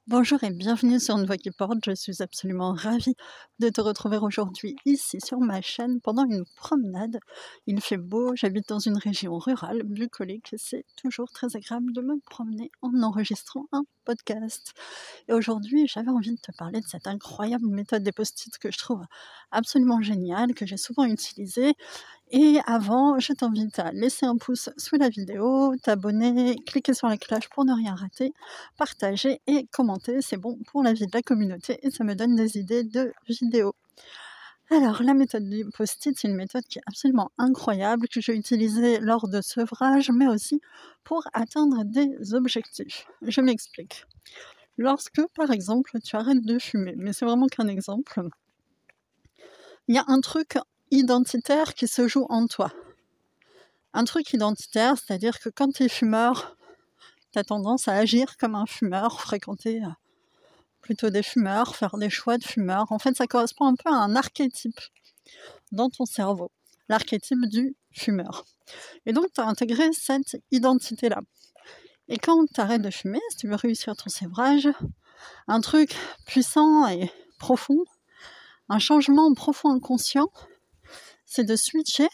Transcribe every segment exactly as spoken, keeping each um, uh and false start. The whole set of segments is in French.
Bonjour et bienvenue sur Une Voix qui porte. Je suis absolument ravie de te retrouver aujourd'hui ici sur ma chaîne pendant une promenade. Il fait beau, j'habite dans une région rurale, bucolique, et c'est toujours très agréable de me promener en enregistrant un podcast. Et aujourd'hui, j'avais envie de te parler de cette incroyable méthode des post-it que je trouve absolument géniale, que j'ai souvent utilisée. Et avant, je t'invite à laisser un pouce sous la vidéo, t'abonner, cliquer sur la cloche pour ne rien rater, partager et commenter. C'est bon pour la vie de la communauté et ça me donne des idées de vidéos. Alors, la méthode du post-it, c'est une méthode qui est absolument incroyable, que j'ai utilisée lors de sevrage, mais aussi pour atteindre des objectifs. Je m'explique. Lorsque, par exemple, tu arrêtes de fumer, mais c'est vraiment qu'un exemple, il y a un truc identitaire qui se joue en toi. Un truc identitaire, c'est-à-dire que quand tu es fumeur, tu as tendance à agir comme un fumeur, fréquenter plutôt des fumeurs, faire des choix de fumeurs. En fait, ça correspond un peu à un archétype dans ton cerveau, l'archétype du fumeur. Et donc, tu as intégré cette identité-là. Et quand tu arrêtes de fumer, si tu veux réussir ton sévrage, un truc puissant et profond, un changement profond inconscient, c'est de switcher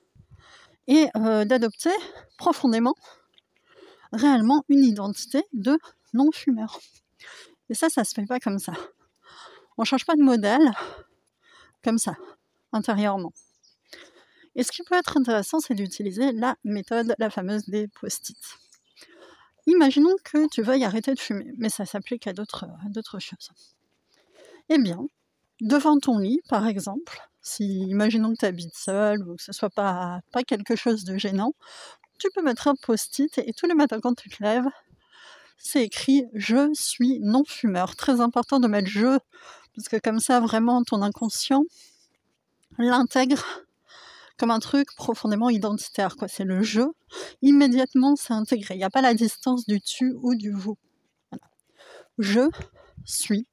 et euh, d'adopter profondément, réellement, une identité de non-fumeur. Et ça, ça se fait pas comme ça. On change pas de modèle comme ça, intérieurement. Et ce qui peut être intéressant, c'est d'utiliser la méthode, la fameuse des post-it. Imaginons que tu veuilles arrêter de fumer, mais ça s'applique à d'autres, à d'autres choses. Eh bien, devant ton lit, par exemple, si, imaginons que tu habites seul ou que ce soit pas, pas quelque chose de gênant, tu peux mettre un post-it et tous les matins quand tu te lèves, c'est écrit « Je suis non-fumeur ». Très important de mettre « je », parce que comme ça, vraiment, ton inconscient l'intègre comme un truc profondément identitaire, quoi. C'est le « je ». Immédiatement, c'est intégré. Il n'y a pas la distance du « tu » ou du « vous ». Voilà. Je suis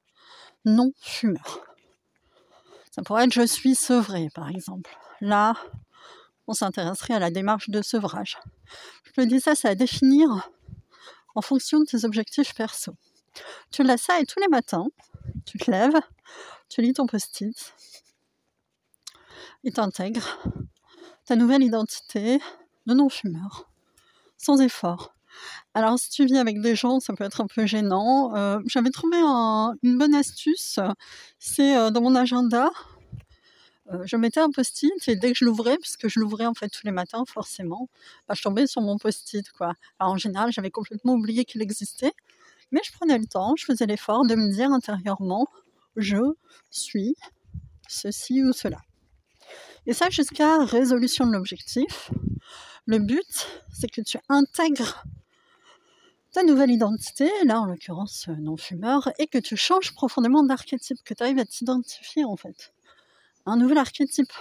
non-fumeur. Ça pourrait être « je suis sevré », par exemple. Là, on s'intéresserait à la démarche de sevrage. Je te dis ça, c'est à définir en fonction de tes objectifs perso. Tu laisses ça et tous les matins, tu te lèves, tu lis ton post-it et t'intègres ta nouvelle identité de non-fumeur, sans effort. Alors, si tu vis avec des gens, ça peut être un peu gênant. Euh, j'avais trouvé un, une bonne astuce, c'est euh, dans mon agenda, euh, je mettais un post-it et dès que je l'ouvrais, puisque je l'ouvrais en fait tous les matins forcément, bah, je tombais sur mon post-it, quoi. Alors en général, j'avais complètement oublié qu'il existait, mais je prenais le temps, je faisais l'effort de me dire intérieurement « je suis ceci ou cela ». Et ça jusqu'à résolution de l'objectif. Le but, c'est que tu intègres ta nouvelle identité, là en l'occurrence non-fumeur, et que tu changes profondément d'archétype, que tu arrives à t'identifier en fait. Un nouvel archétype.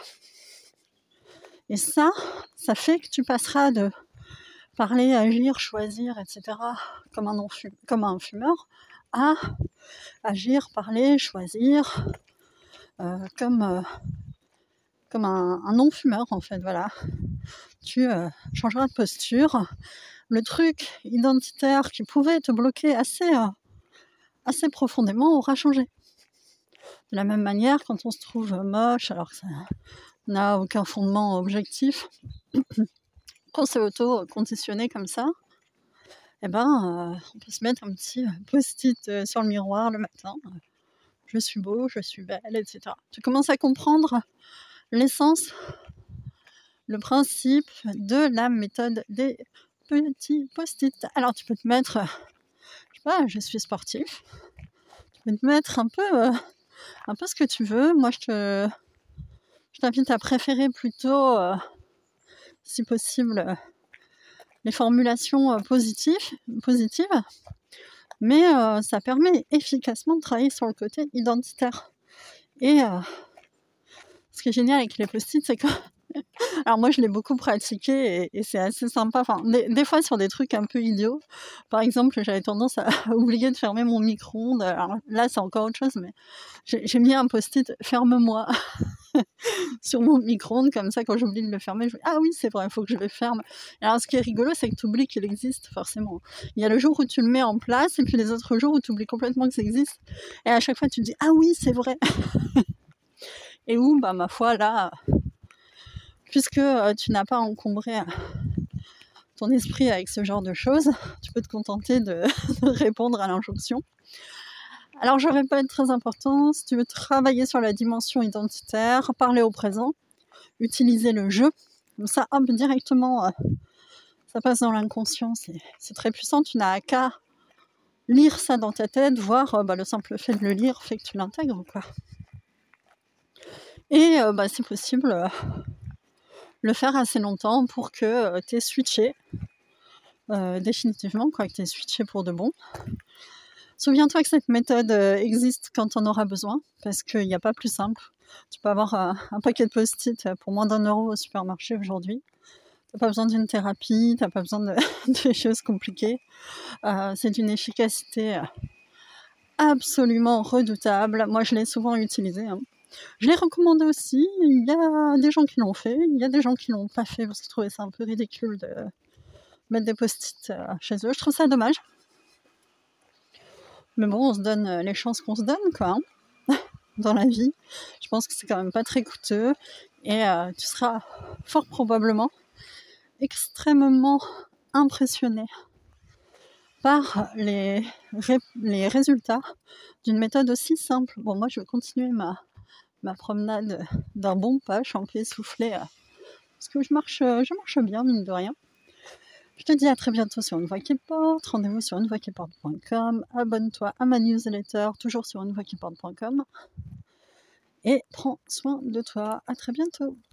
Et ça, ça fait que tu passeras de parler, agir, choisir, et cetera comme un, non-fum- comme un fumeur, à agir, parler, choisir euh, comme, euh, comme un, un non-fumeur en fait, voilà. Tu euh, changeras de posture. Le truc identitaire qui pouvait te bloquer assez, euh, assez profondément aura changé. De la même manière, quand on se trouve moche, alors que ça n'a aucun fondement objectif, qu'on s'est auto-conditionné comme ça, eh ben, euh, on peut se mettre un petit post-it euh, sur le miroir le matin. Euh, je suis beau, je suis belle, et cetera. Tu commences à comprendre l'essence, le principe de la méthode des petits post-it. Alors, tu peux te mettre, je sais pas, je suis sportif. Tu peux te mettre un peu, euh, un peu ce que tu veux. Moi, je te, je t'invite à préférer plutôt, euh, si possible, euh, les formulations euh, positives, positives. Mais euh, ça permet efficacement de travailler sur le côté identitaire. Et euh, ce qui est génial avec les post-it, c'est que... Alors moi, je l'ai beaucoup pratiqué et, et c'est assez sympa. Enfin, des, des fois, sur des trucs un peu idiots. Par exemple, j'avais tendance à oublier de fermer mon micro-ondes. Alors là, c'est encore autre chose, mais j'ai, j'ai mis un post-it « Ferme-moi ». sur mon micro-ondes, comme ça, quand j'oublie de le fermer, je me dis « Ah oui, c'est vrai, il faut que je le ferme ». Et alors, ce qui est rigolo, c'est que tu oublies qu'il existe, forcément. Il y a le jour où tu le mets en place, et puis les autres jours où tu oublies complètement que ça existe. Et à chaque fois, tu te dis « Ah oui, c'est vrai ». Et où, bah, ma foi, là, puisque euh, tu n'as pas encombré ton esprit avec ce genre de choses, tu peux te contenter de, de répondre à l'injonction. Alors je répète, très important, si tu veux travailler sur la dimension identitaire, parler au présent, utiliser le jeu, comme ça, hop, directement, euh, ça passe dans l'inconscient, c'est, c'est très puissant, tu n'as qu'à lire ça dans ta tête, voir euh, bah, le simple fait de le lire fait que tu l'intègres, quoi. Et euh, bah, c'est possible euh, le faire assez longtemps pour que euh, tu aies switché, euh, définitivement, quoi, que tu aies switché pour de bon. Souviens-toi que cette méthode euh, existe quand tu en auras besoin, parce qu'il n'y a pas plus simple. Tu peux avoir euh, un paquet de post-it pour moins d'un euro au supermarché aujourd'hui. Tu n'as pas besoin d'une thérapie, tu n'as pas besoin de, de choses compliquées. Euh, c'est d'une efficacité euh, absolument redoutable. Moi, je l'ai souvent utilisé. Hein. Je l'ai recommandé aussi. Il y a des gens qui l'ont fait, il y a des gens qui l'ont pas fait parce qu'ils trouvaient ça un peu ridicule de mettre des post-it euh, chez eux. Je trouve ça dommage. Mais bon, on se donne les chances qu'on se donne, quoi, hein, dans la vie. Je pense que c'est quand même pas très coûteux. Et euh, tu seras fort probablement extrêmement impressionné par les, ré- les résultats d'une méthode aussi simple. Bon, moi, je vais continuer ma, ma promenade d'un bon pas, je suis un peu essoufflée, euh, parce que je marche, je marche bien, mine de rien. Je te dis à très bientôt sur Une Voix qui porte. Rendez-vous sur une voix qui porte point com. Abonne-toi à ma newsletter, toujours sur une voix qui porte point com. Et prends soin de toi. À très bientôt.